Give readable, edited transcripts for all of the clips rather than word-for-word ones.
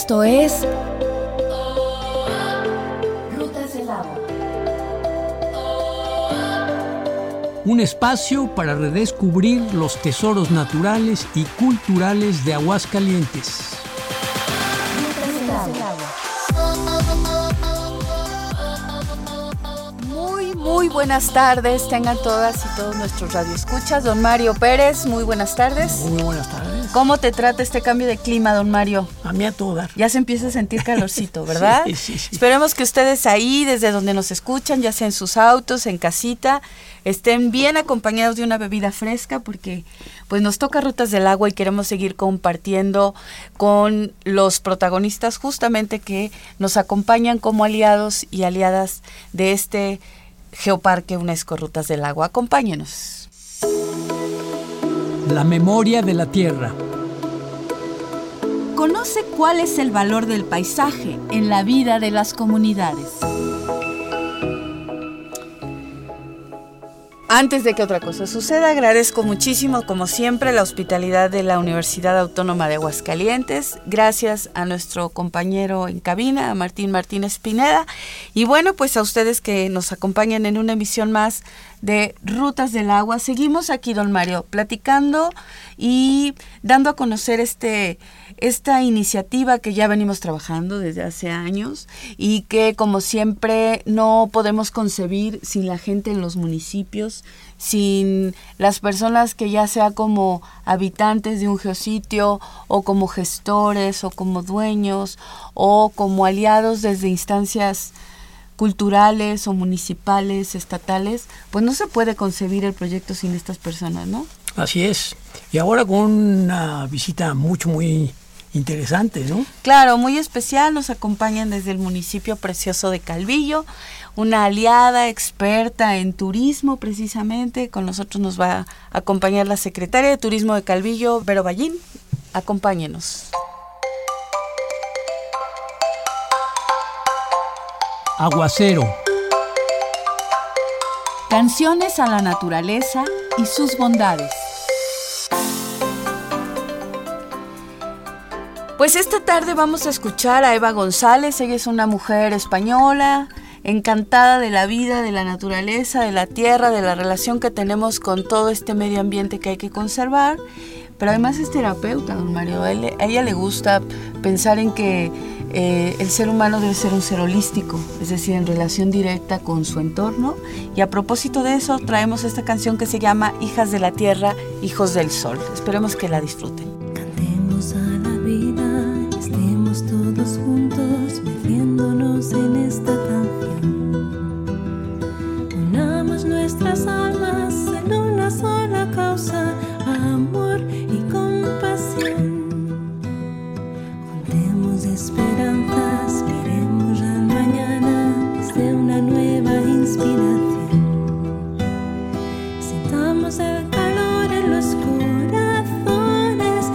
Esto es Rutas del Agua. Un espacio para redescubrir los tesoros naturales y culturales de Aguascalientes. Rutas del Agua. Muy buenas tardes, tengan todas y todos nuestros radioescuchas. Don Mario Pérez, muy buenas tardes. Muy buenas tardes. ¿Cómo te trata este cambio de clima, don Mario? A mí a todo dar. Ya se empieza a sentir calorcito, ¿verdad? Sí. Esperemos que ustedes ahí, desde donde nos escuchan, ya sea en sus autos, en casita, estén bien acompañados de una bebida fresca, porque pues nos toca Rutas del Agua y queremos seguir compartiendo con los protagonistas justamente que nos acompañan como aliados y aliadas de este Geoparque UNESCO Rutas del Agua. Acompáñenos. La memoria de la tierra. Conoce cuál es el valor del paisaje en la vida de las comunidades. Antes de que otra cosa suceda, agradezco muchísimo, como siempre, la hospitalidad de la Universidad Autónoma de Aguascalientes. Gracias a nuestro compañero en cabina, a Martín Martínez Pineda. Y bueno, pues a ustedes que nos acompañan en una emisión más de Rutas del Agua. Seguimos aquí, don Mario, platicando y dando a conocer esta iniciativa que ya venimos trabajando desde hace años y que, como siempre, no podemos concebir sin la gente en los municipios, sin las personas que ya sea como habitantes de un geositio o como gestores o como dueños o como aliados desde instancias culturales o municipales, estatales. Pues no se puede concebir el proyecto sin estas personas, ¿no? Así es. Y ahora con una visita muy interesante, ¿no? Claro, muy especial. Nos acompañan desde el municipio precioso de Calvillo, una aliada experta en turismo precisamente. Con nosotros nos va a acompañar la secretaria de Turismo de Calvillo, Vero Ballín. Acompáñenos. Aguacero. Canciones a la naturaleza y sus bondades. Pues esta tarde vamos a escuchar a Eva González. Ella es una mujer española, encantada de la vida, de la naturaleza, de la tierra, de la relación que tenemos con todo este medio ambiente que hay que conservar. Pero además es terapeuta, don Mario. A ella le gusta pensar en que el ser humano debe ser un ser holístico, es decir, en relación directa con su entorno. Y a propósito de eso, traemos esta canción que se llama Hijas de la Tierra, Hijos del Sol. Esperemos que la disfruten. Cantemos a la vida, estemos todos juntos, metiéndonos en esta canción. Unamos nuestras almas en una sola causa, amor y compasión. Juntemos esperanzas, miremos al mañana desde una nueva inspiración. Sintamos el calor en los corazones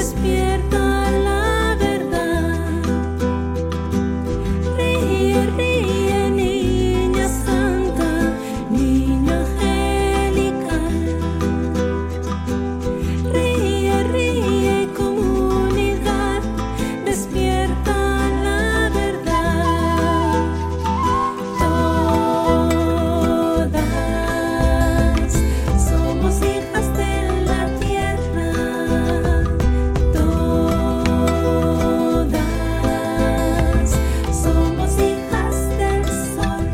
despierta la verdad. Ríe, ríe, niña santa, niña angelical. Ríe, ríe, comunidad, despierta la verdad. Todas somos hijas de la tierra. Todas somos hijas del sol.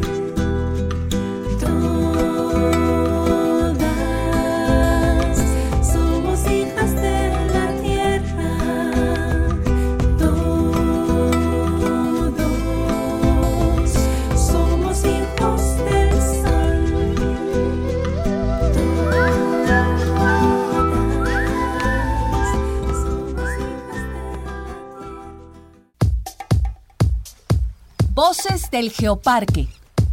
Todas somos hijas de la tierra. Todos somos hijos del sol. Voces del Geoparque.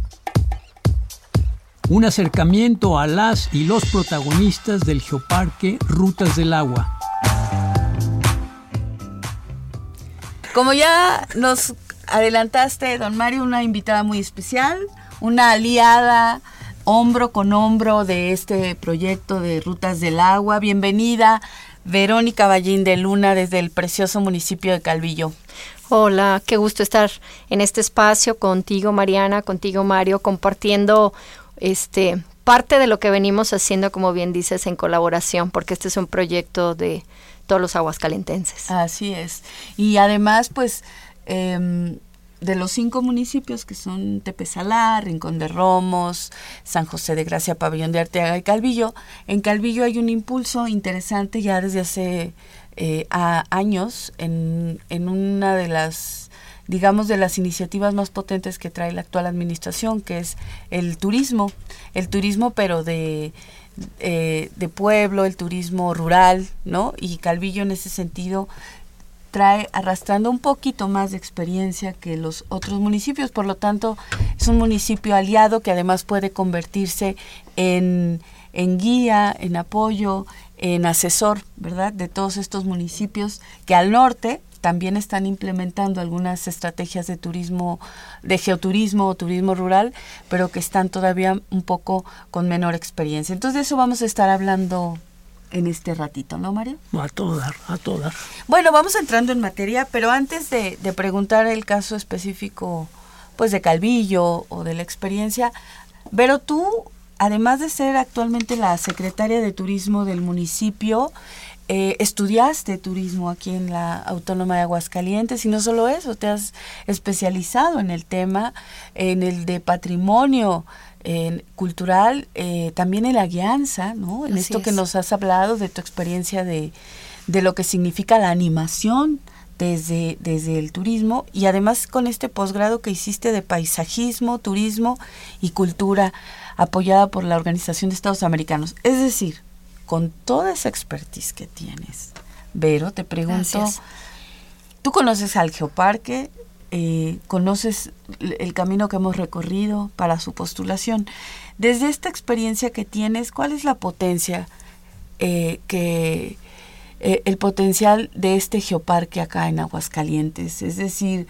Un acercamiento a las y los protagonistas del Geoparque Rutas del Agua. Como ya nos adelantaste, don Mario, una invitada muy especial, una aliada hombro con hombro de este proyecto de Rutas del Agua. Bienvenida, Verónica Ballín de Luna, desde el precioso municipio de Calvillo. Hola, qué gusto estar en este espacio contigo, Mariana, contigo, Mario, compartiendo parte de lo que venimos haciendo, como bien dices, en colaboración, porque este es un proyecto de todos los aguascalentenses. Así es. Y además, pues, de los 5 municipios que son Tepesalá, Rincón de Romos, San José de Gracia, Pabellón de Arteaga y Calvillo, en Calvillo hay un impulso interesante ya desde hace años en una de las, digamos, de las iniciativas más potentes que trae la actual administración, que es el turismo pero de pueblo, el turismo rural, ¿no? Y Calvillo en ese sentido trae arrastrando un poquito más de experiencia que los otros municipios, por lo tanto es un municipio aliado que además puede convertirse en guía, en apoyo, en asesor, ¿verdad?, de todos estos municipios que al norte también están implementando algunas estrategias de turismo, de geoturismo o turismo rural, pero que están todavía un poco con menor experiencia. Entonces de eso vamos a estar hablando en este ratito, ¿no, Mario? A todo dar, a todo dar. Bueno, vamos entrando en materia, pero antes de preguntar el caso específico, pues, de Calvillo o de la experiencia, Vero, tú, además de ser actualmente la secretaria de Turismo del municipio, estudiaste turismo aquí en la Autónoma de Aguascalientes, y no solo eso, te has especializado en el tema, en el de patrimonio cultural, también en la guianza, ¿no? En Así esto es. que nos has hablado de tu experiencia de lo que significa la animación desde el turismo, y además con este posgrado que hiciste de paisajismo, turismo y cultura, apoyada por la Organización de Estados Americanos. Es decir, con toda esa expertise que tienes, Vero, te pregunto, Gracias. ¿tú conoces al Geoparque? ¿Conoces el camino que hemos recorrido para su postulación? Desde esta experiencia que tienes, ¿cuál es la potencia, el potencial de este Geoparque acá en Aguascalientes? Es decir,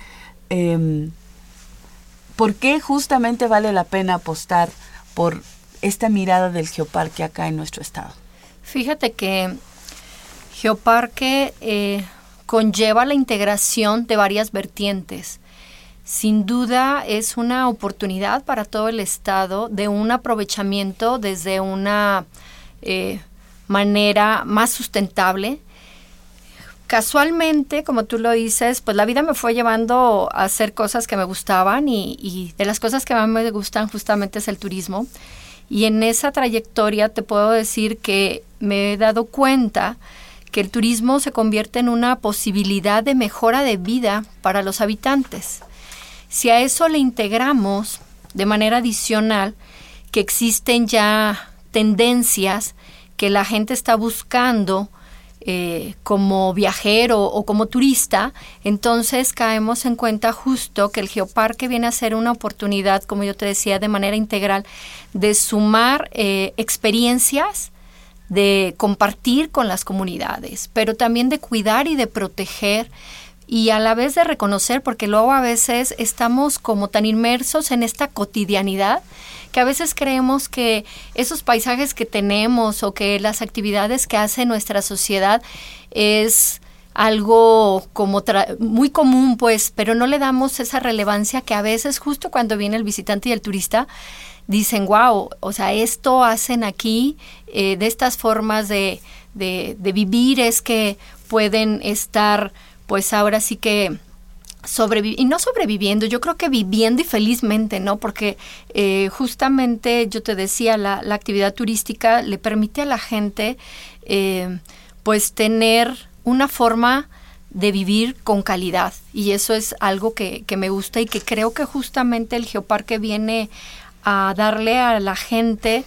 ¿por qué justamente vale la pena apostar por esta mirada del Geoparque acá en nuestro estado? Fíjate que Geoparque conlleva la integración de varias vertientes. Sin duda es una oportunidad para todo el estado de un aprovechamiento desde una manera más sustentable. Casualmente, como tú lo dices, pues la vida me fue llevando a hacer cosas que me gustaban, y de las cosas que más me gustan justamente es el turismo. Y en esa trayectoria te puedo decir que me he dado cuenta que el turismo se convierte en una posibilidad de mejora de vida para los habitantes. Si a eso le integramos de manera adicional que existen ya tendencias que la gente está buscando como viajero o como turista, entonces caemos en cuenta justo que el Geoparque viene a ser una oportunidad, como yo te decía, de manera integral, de sumar experiencias de compartir con las comunidades, pero también de cuidar y de proteger y a la vez de reconocer, porque luego a veces estamos como tan inmersos en esta cotidianidad que a veces creemos que esos paisajes que tenemos o que las actividades que hace nuestra sociedad es algo como muy común, pues, pero no le damos esa relevancia que a veces justo cuando viene el visitante y el turista dicen, wow, o sea, esto hacen aquí, de estas formas de vivir es que pueden estar, pues ahora sí que y no sobreviviendo, yo creo que viviendo y felizmente, ¿no? Porque justamente yo te decía, la actividad turística le permite a la gente pues tener una forma de vivir con calidad, y eso es algo que me gusta y que creo que justamente el Geoparque viene a darle a la gente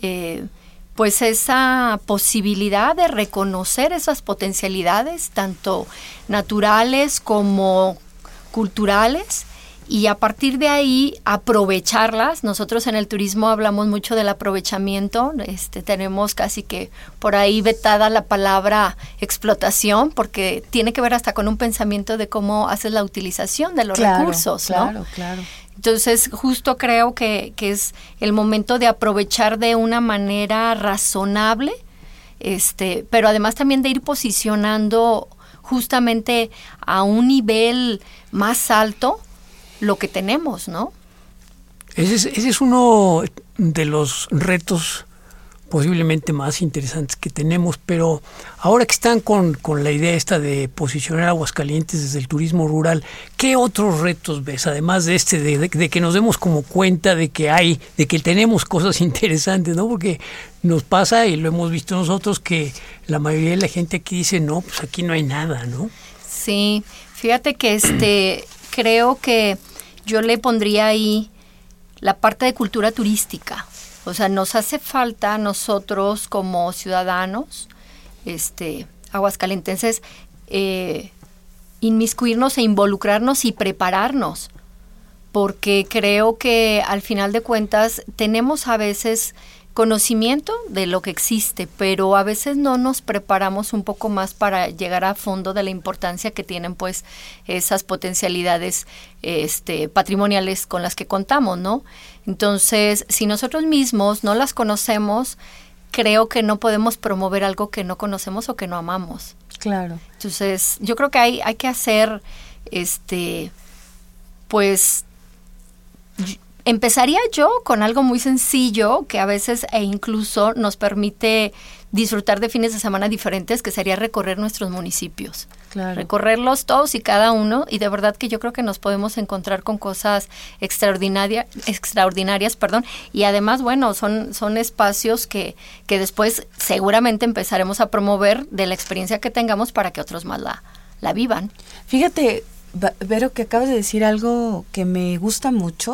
pues esa posibilidad de reconocer esas potencialidades tanto naturales como culturales, y a partir de ahí aprovecharlas. Nosotros en el turismo hablamos mucho del aprovechamiento, tenemos casi que por ahí vetada la palabra explotación, porque tiene que ver hasta con un pensamiento de cómo haces la utilización de los recursos, ¿no? Claro. Entonces, justo creo que es el momento de aprovechar de una manera razonable, pero además también de ir posicionando justamente a un nivel más alto lo que tenemos, ¿no? Ese es uno de los retos posiblemente más interesantes que tenemos, pero ahora que están con la idea esta de posicionar Aguascalientes desde el turismo rural, ¿qué otros retos ves? Además de de que nos demos como cuenta de que tenemos cosas interesantes, ¿no? Porque nos pasa, y lo hemos visto nosotros, que la mayoría de la gente aquí dice, no, pues aquí no hay nada, ¿no? Sí, fíjate que creo que yo le pondría ahí la parte de cultura turística. O sea, nos hace falta a nosotros como ciudadanos, aguascalentenses, inmiscuirnos e involucrarnos y prepararnos, porque creo que al final de cuentas tenemos a veces conocimiento de lo que existe, pero a veces no nos preparamos un poco más para llegar a fondo de la importancia que tienen pues esas potencialidades patrimoniales con las que contamos, ¿no? Entonces, si nosotros mismos no las conocemos, creo que no podemos promover algo que no conocemos o que no amamos. Claro. Entonces, yo creo que hay que hacer, pues, empezaría yo con algo muy sencillo que a veces incluso nos permite disfrutar de fines de semana diferentes, que sería recorrer nuestros municipios. Claro. Recorrerlos todos y cada uno, y de verdad que yo creo que nos podemos encontrar con cosas extraordinarias, y además, bueno, son espacios que después seguramente empezaremos a promover de la experiencia que tengamos para que otros más la vivan. Fíjate, Vero, que acabas de decir algo que me gusta mucho.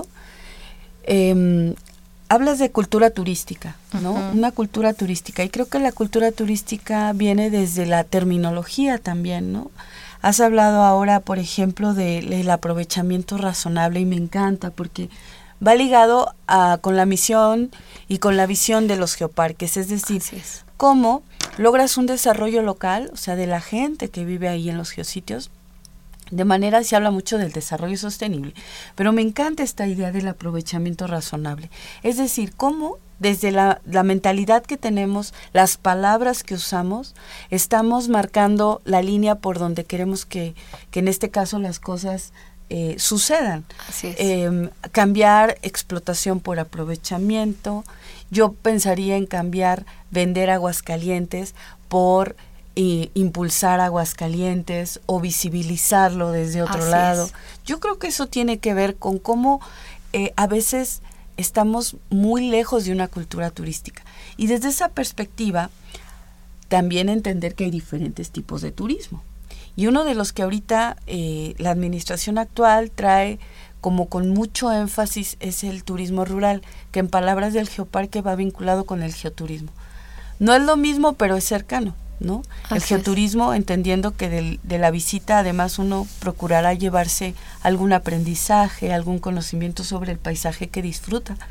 Hablas de cultura turística, ¿no? Uh-huh. Una cultura turística, y creo que la cultura turística viene desde la terminología también, ¿no? Has hablado ahora, por ejemplo, del aprovechamiento razonable, y me encanta porque va ligado con la misión y con la visión de los geoparques, es decir, cómo logras un desarrollo local, o sea, de la gente que vive ahí en los geositios. De manera, se habla mucho del desarrollo sostenible, pero me encanta esta idea del aprovechamiento razonable. Es decir, cómo desde la mentalidad que tenemos, las palabras que usamos, estamos marcando la línea por donde queremos que en este caso las cosas sucedan. Así es. Cambiar explotación por aprovechamiento. Yo pensaría en cambiar vender Aguascalientes por impulsar Aguascalientes o visibilizarlo desde otro lado. Yo creo que eso tiene que ver con cómo a veces estamos muy lejos de una cultura turística. Y desde esa perspectiva, también entender que hay diferentes tipos de turismo. Y uno de los que ahorita la administración actual trae como con mucho énfasis es el turismo rural, que en palabras del Geoparque va vinculado con el geoturismo. No es lo mismo, pero es cercano, ¿no? El geoturismo, entendiendo que de la visita además uno procurará llevarse algún aprendizaje, algún conocimiento sobre el paisaje que disfruta.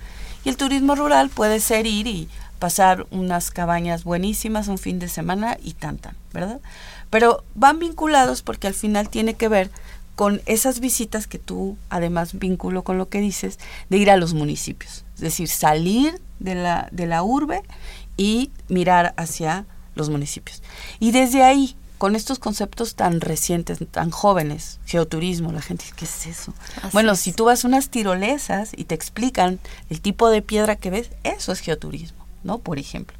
Y el turismo rural puede ser ir y pasar unas cabañas buenísimas un fin de semana y ¿verdad? Pero van vinculados porque al final tiene que ver con esas visitas que tú, además vinculo con lo que dices, de ir a los municipios. Es decir, salir de la urbe y mirar hacia los municipios. Y desde ahí, con estos conceptos tan recientes, tan jóvenes, geoturismo, la gente dice, ¿qué es eso? Bueno, si tú vas a unas tirolesas y te explican el tipo de piedra que ves, eso es geoturismo, ¿no? Por ejemplo.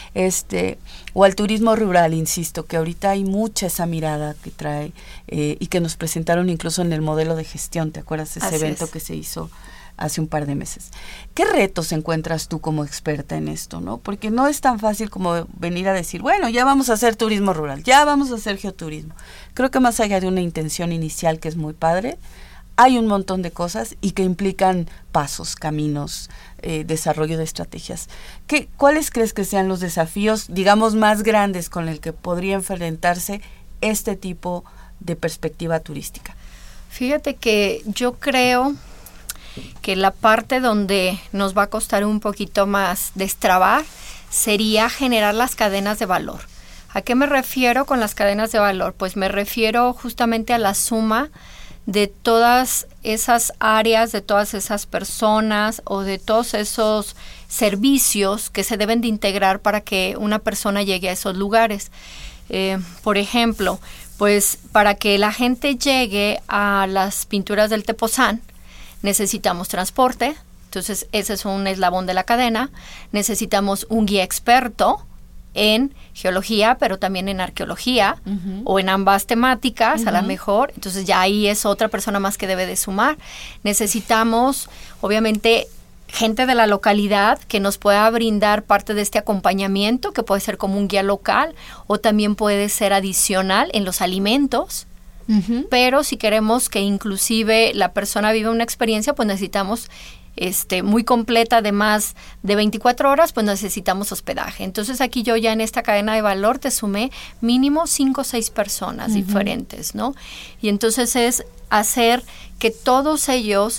O al turismo rural, insisto, que ahorita hay mucha esa mirada que trae y que nos presentaron incluso en el modelo de gestión, ¿te acuerdas? Ese evento que se hizo hace un par de meses. ¿Qué retos encuentras tú como experta en esto, no? Porque no es tan fácil como venir a decir, bueno, ya vamos a hacer turismo rural, ya vamos a hacer geoturismo. Creo que más allá de una intención inicial que es muy padre, hay un montón de cosas y que implican pasos, caminos, desarrollo de estrategias. ¿Cuáles crees que sean los desafíos, digamos, más grandes con el que podría enfrentarse este tipo de perspectiva turística? Fíjate que yo creo que la parte donde nos va a costar un poquito más destrabar sería generar las cadenas de valor. ¿A qué me refiero con las cadenas de valor? Pues me refiero justamente a la suma de todas esas áreas, de todas esas personas o de todos esos servicios que se deben de integrar para que una persona llegue a esos lugares. Por ejemplo, pues para que la gente llegue a las pinturas del Tepoztlán, necesitamos transporte, entonces ese es un eslabón de la cadena. Necesitamos un guía experto en geología, pero también en arqueología, o en ambas temáticas, a lo mejor. Entonces ya ahí es otra persona más que debe de sumar. Necesitamos, obviamente, gente de la localidad que nos pueda brindar parte de este acompañamiento, que puede ser como un guía local, o también puede ser adicional en los alimentos. Pero si queremos que inclusive la persona viva una experiencia, pues necesitamos muy completa de más de 24 horas, pues necesitamos hospedaje. Entonces aquí yo ya en esta cadena de valor te sumé mínimo 5 o 6 personas diferentes, ¿no? Y entonces es hacer que todos ellos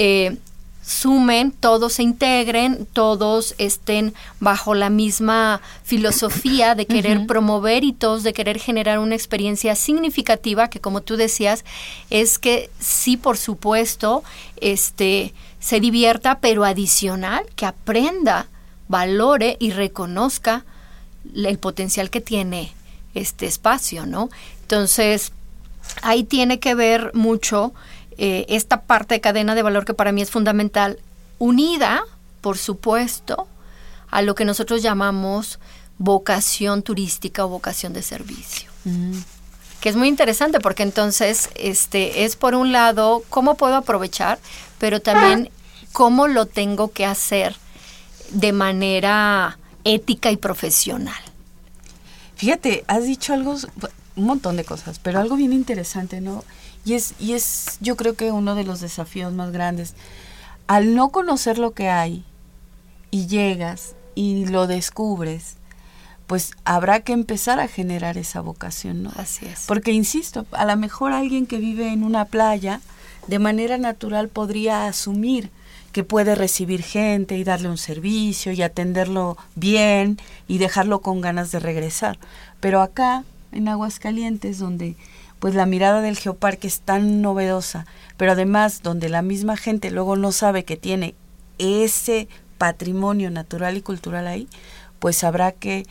sumen, todos se integren, todos estén bajo la misma filosofía de querer promover y todos de querer generar una experiencia significativa que, como tú decías, es que sí, por supuesto, se divierta, pero adicional, que aprenda, valore y reconozca el potencial que tiene este espacio, ¿no? Entonces, ahí tiene que ver mucho esta parte de cadena de valor que para mí es fundamental, unida, por supuesto, a lo que nosotros llamamos vocación turística o vocación de servicio. Que es muy interesante porque entonces es por un lado cómo puedo aprovechar, pero también cómo lo tengo que hacer de manera ética y profesional. Fíjate, has dicho algo, un montón de cosas, pero algo bien interesante, ¿no? Y es yo creo que uno de los desafíos más grandes. Al no conocer lo que hay y llegas y lo descubres, pues habrá que empezar a generar esa vocación, ¿no? Así es. Porque, insisto, a lo mejor alguien que vive en una playa, de manera natural podría asumir que puede recibir gente y darle un servicio y atenderlo bien y dejarlo con ganas de regresar. Pero acá, en Aguascalientes, donde pues la mirada del geoparque es tan novedosa, pero además donde la misma gente luego no sabe que tiene ese patrimonio natural y cultural ahí, pues habrá que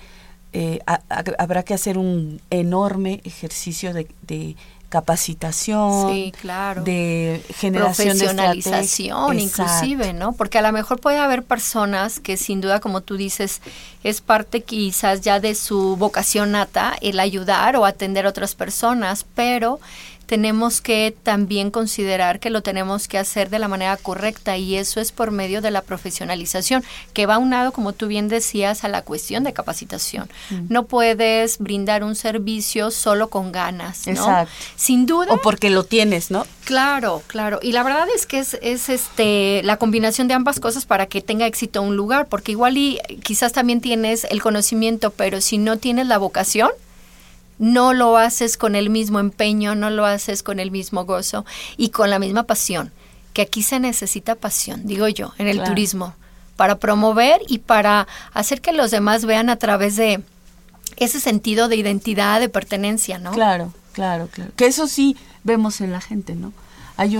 hacer un enorme ejercicio de capacitación, sí, claro, de generación de profesionalización, inclusive, ¿no? Porque a lo mejor puede haber personas que sin duda, como tú dices, es parte quizás ya de su vocación nata el ayudar o atender a otras personas, pero tenemos que también considerar que lo tenemos que hacer de la manera correcta y eso es por medio de la profesionalización, que va aunado, como tú bien decías, a la cuestión de capacitación. No puedes brindar un servicio solo con ganas, ¿no? Exacto. Sin duda. O porque lo tienes, ¿no? Claro, claro. Y la verdad es que es la combinación de ambas cosas para que tenga éxito un lugar, porque igual y quizás también tienes el conocimiento, pero si no tienes la vocación, no lo haces con el mismo empeño, no lo haces con el mismo gozo y con la misma pasión, que aquí se necesita pasión, digo yo, en el turismo, para promover y para hacer que los demás vean a través de ese sentido de identidad, de pertenencia, ¿no? Claro. Que eso sí vemos en la gente, ¿no? Hay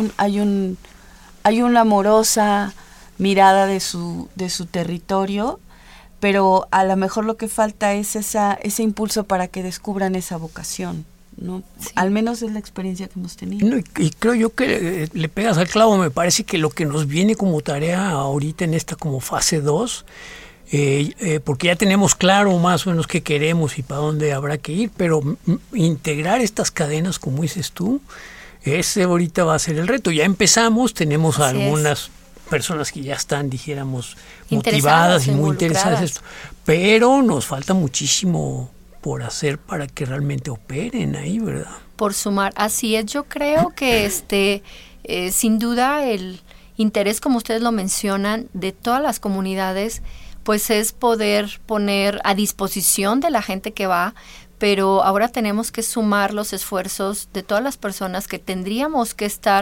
una amorosa mirada de su territorio, pero a lo mejor lo que falta es ese impulso para que descubran esa vocación, ¿no? Sí. Al menos es la experiencia que hemos tenido. No, y creo yo que le pegas al clavo. Me parece que lo que nos viene como tarea ahorita en esta como fase 2, porque ya tenemos claro más o menos qué queremos y para dónde habrá que ir, pero integrar estas cadenas, como dices tú, ese ahorita va a ser el reto. Ya empezamos, tenemos algunas personas que ya están, dijéramos, motivadas y muy interesadas en esto, pero nos falta muchísimo por hacer para que realmente operen ahí, ¿verdad? Por sumar, así es. Yo creo que sin duda el interés, como ustedes lo mencionan, de todas las comunidades, pues es poder poner a disposición de la gente que va, pero ahora tenemos que sumar los esfuerzos de todas las personas que tendríamos que estar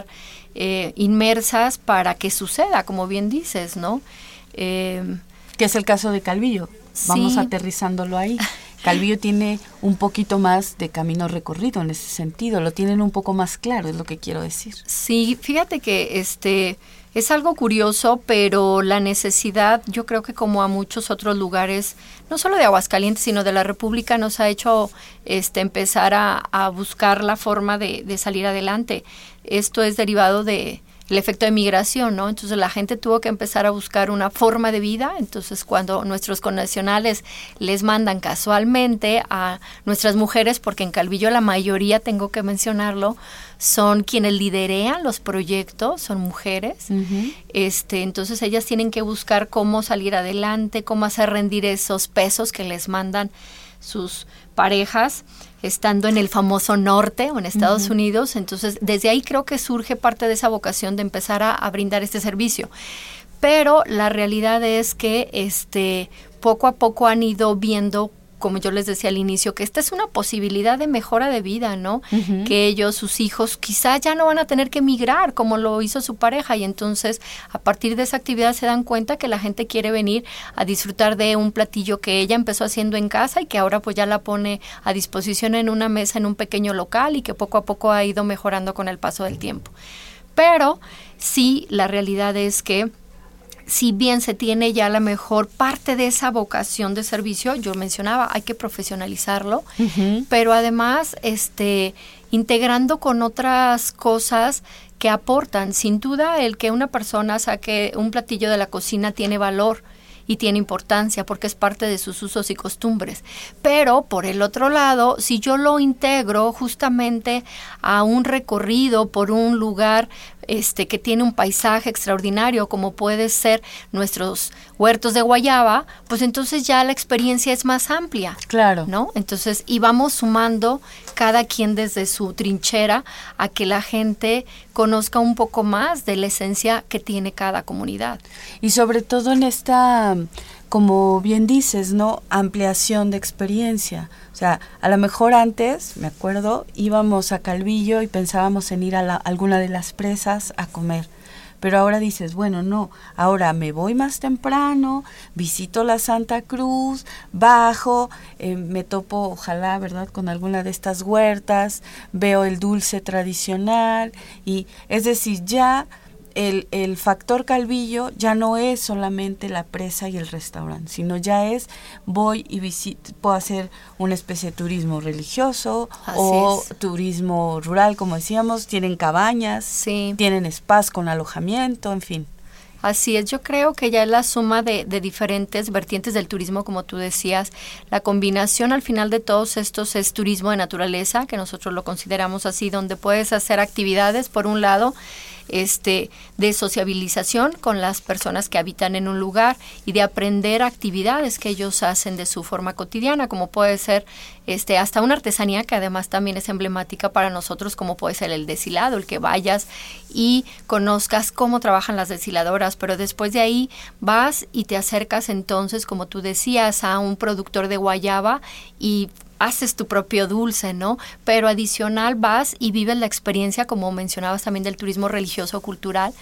inmersas para que suceda, como bien dices, ¿no? Que es el caso de Calvillo. Vamos aterrizándolo ahí. Calvillo tiene un poquito más de camino recorrido en ese sentido, lo tienen un poco más claro, es lo que quiero decir. Sí, fíjate que es algo curioso, pero la necesidad, yo creo que como a muchos otros lugares, no solo de Aguascalientes, sino de la República, nos ha hecho empezar a buscar la forma de salir adelante. Esto es derivado de el efecto de migración, ¿no? Entonces la gente tuvo que empezar a buscar una forma de vida. Entonces cuando nuestros connacionales les mandan casualmente a nuestras mujeres, porque en Calvillo la mayoría, tengo que mencionarlo, son quienes liderean los proyectos, son mujeres. Uh-huh. Entonces ellas tienen que buscar cómo salir adelante, cómo hacer rendir esos pesos que les mandan sus parejas, estando en el famoso norte o en Estados uh-huh. Unidos. Entonces, desde ahí creo que surge parte de esa vocación de empezar a brindar este servicio. Pero la realidad es que poco a poco han ido viendo, como yo les decía al inicio, que esta es una posibilidad de mejora de vida, ¿no? Uh-huh. Que ellos, sus hijos, quizá ya no van a tener que emigrar como lo hizo su pareja, y entonces a partir de esa actividad se dan cuenta que la gente quiere venir a disfrutar de un platillo que ella empezó haciendo en casa y que ahora pues ya la pone a disposición en una mesa en un pequeño local, y que poco a poco ha ido mejorando con el paso del tiempo. Pero sí, la realidad es que si bien se tiene ya la mejor parte de esa vocación de servicio, yo mencionaba, hay que profesionalizarlo, uh-huh. pero además integrando con otras cosas que aportan. Sin duda, el que una persona saque un platillo de la cocina tiene valor y tiene importancia porque es parte de sus usos y costumbres. Pero, por el otro lado, si yo lo integro justamente a un recorrido por un lugar que tiene un paisaje extraordinario, como puede ser nuestros huertos de guayaba, pues entonces ya la experiencia es más amplia. Claro. ¿No? Entonces, y vamos sumando cada quien desde su trinchera a que la gente conozca un poco más de la esencia que tiene cada comunidad. Y sobre todo en esta, como bien dices, ¿no? Ampliación de experiencia. O sea, a lo mejor antes, me acuerdo, íbamos a Calvillo y pensábamos en ir a alguna de las presas a comer. Pero ahora dices, bueno, no, ahora me voy más temprano, visito la Santa Cruz, bajo, me topo, ojalá, ¿verdad?, con alguna de estas huertas, veo el dulce tradicional, y es decir, ya el factor Calvillo ya no es solamente la presa y el restaurante, sino ya es voy y puedo hacer una especie de turismo religioso. Así o es. Turismo rural, como decíamos, tienen cabañas, sí. Tienen spas con alojamiento, en fin. Así es, yo creo que ya es la suma de diferentes vertientes del turismo, como tú decías. La combinación al final de todos estos es turismo de naturaleza, que nosotros lo consideramos así, donde puedes hacer actividades, por un lado, de sociabilización con las personas que habitan en un lugar y de aprender actividades que ellos hacen de su forma cotidiana, como puede ser hasta una artesanía que además también es emblemática para nosotros, como puede ser el deshilado, el que vayas y conozcas cómo trabajan las deshiladoras, pero después de ahí vas y te acercas entonces, como tú decías, a un productor de guayaba y haces tu propio dulce, ¿no? Pero adicional vas y vives la experiencia, como mencionabas también, del turismo religioso cultural,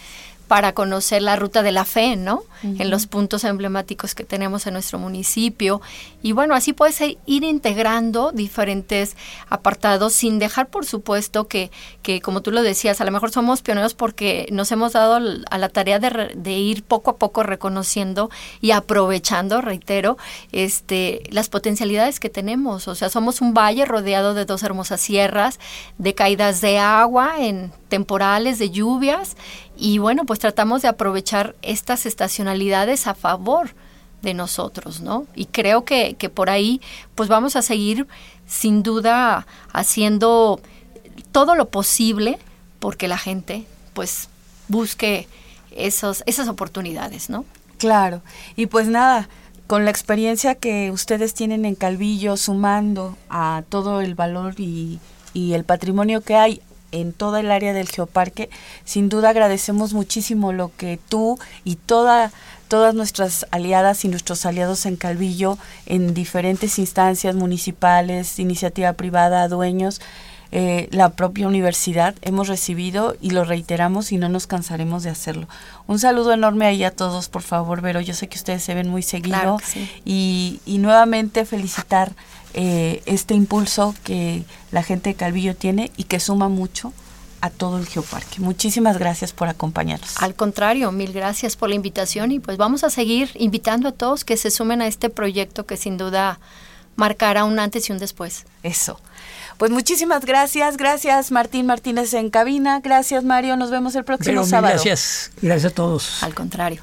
para conocer la Ruta de la Fe, ¿no? En los puntos emblemáticos que tenemos en nuestro municipio. Y bueno, así puedes ir integrando diferentes apartados sin dejar, por supuesto, que como tú lo decías, a lo mejor somos pioneros porque nos hemos dado a la tarea de ir poco a poco reconociendo y aprovechando, reitero, las potencialidades que tenemos. O sea, somos un valle rodeado de 2 hermosas sierras, de caídas de agua en temporales de lluvias, y bueno, pues tratamos de aprovechar estas estacionalidades a favor de nosotros, ¿no? Y creo que por ahí pues vamos a seguir sin duda haciendo todo lo posible porque la gente pues busque esas oportunidades, ¿no? Claro, y pues nada, con la experiencia que ustedes tienen en Calvillo, sumando a todo el valor y el patrimonio que hay en toda el área del Geoparque, sin duda agradecemos muchísimo lo que tú y todas nuestras aliadas y nuestros aliados en Calvillo, en diferentes instancias municipales, iniciativa privada, dueños, la propia universidad, hemos recibido, y lo reiteramos y no nos cansaremos de hacerlo. Un saludo enorme ahí a todos, por favor, Vero, yo sé que ustedes se ven muy seguido. Claro que sí. Y nuevamente felicitar este impulso que la gente de Calvillo tiene y que suma mucho a todo el Geoparque. Muchísimas gracias por acompañarnos. Al contrario, 1000 gracias por la invitación, y pues vamos a seguir invitando a todos que se sumen a este proyecto que sin duda marcará un antes y un después. Eso. Pues muchísimas gracias. Gracias, Martín Martínez en cabina. Gracias, Mario. Nos vemos el próximo sábado. Gracias. Gracias a todos. Al contrario.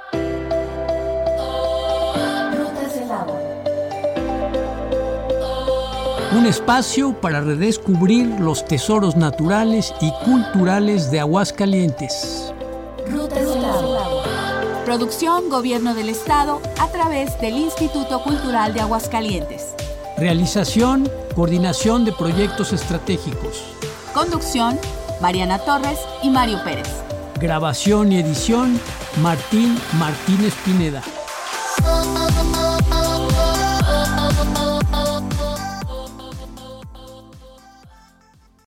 Un espacio para redescubrir los tesoros naturales y culturales de Aguascalientes. Rutas del Agua. Producción Gobierno del Estado a través del Instituto Cultural de Aguascalientes. Realización, coordinación de proyectos estratégicos. Conducción, Mariana Torres y Mario Pérez. Grabación y edición, Martín Martínez Pineda.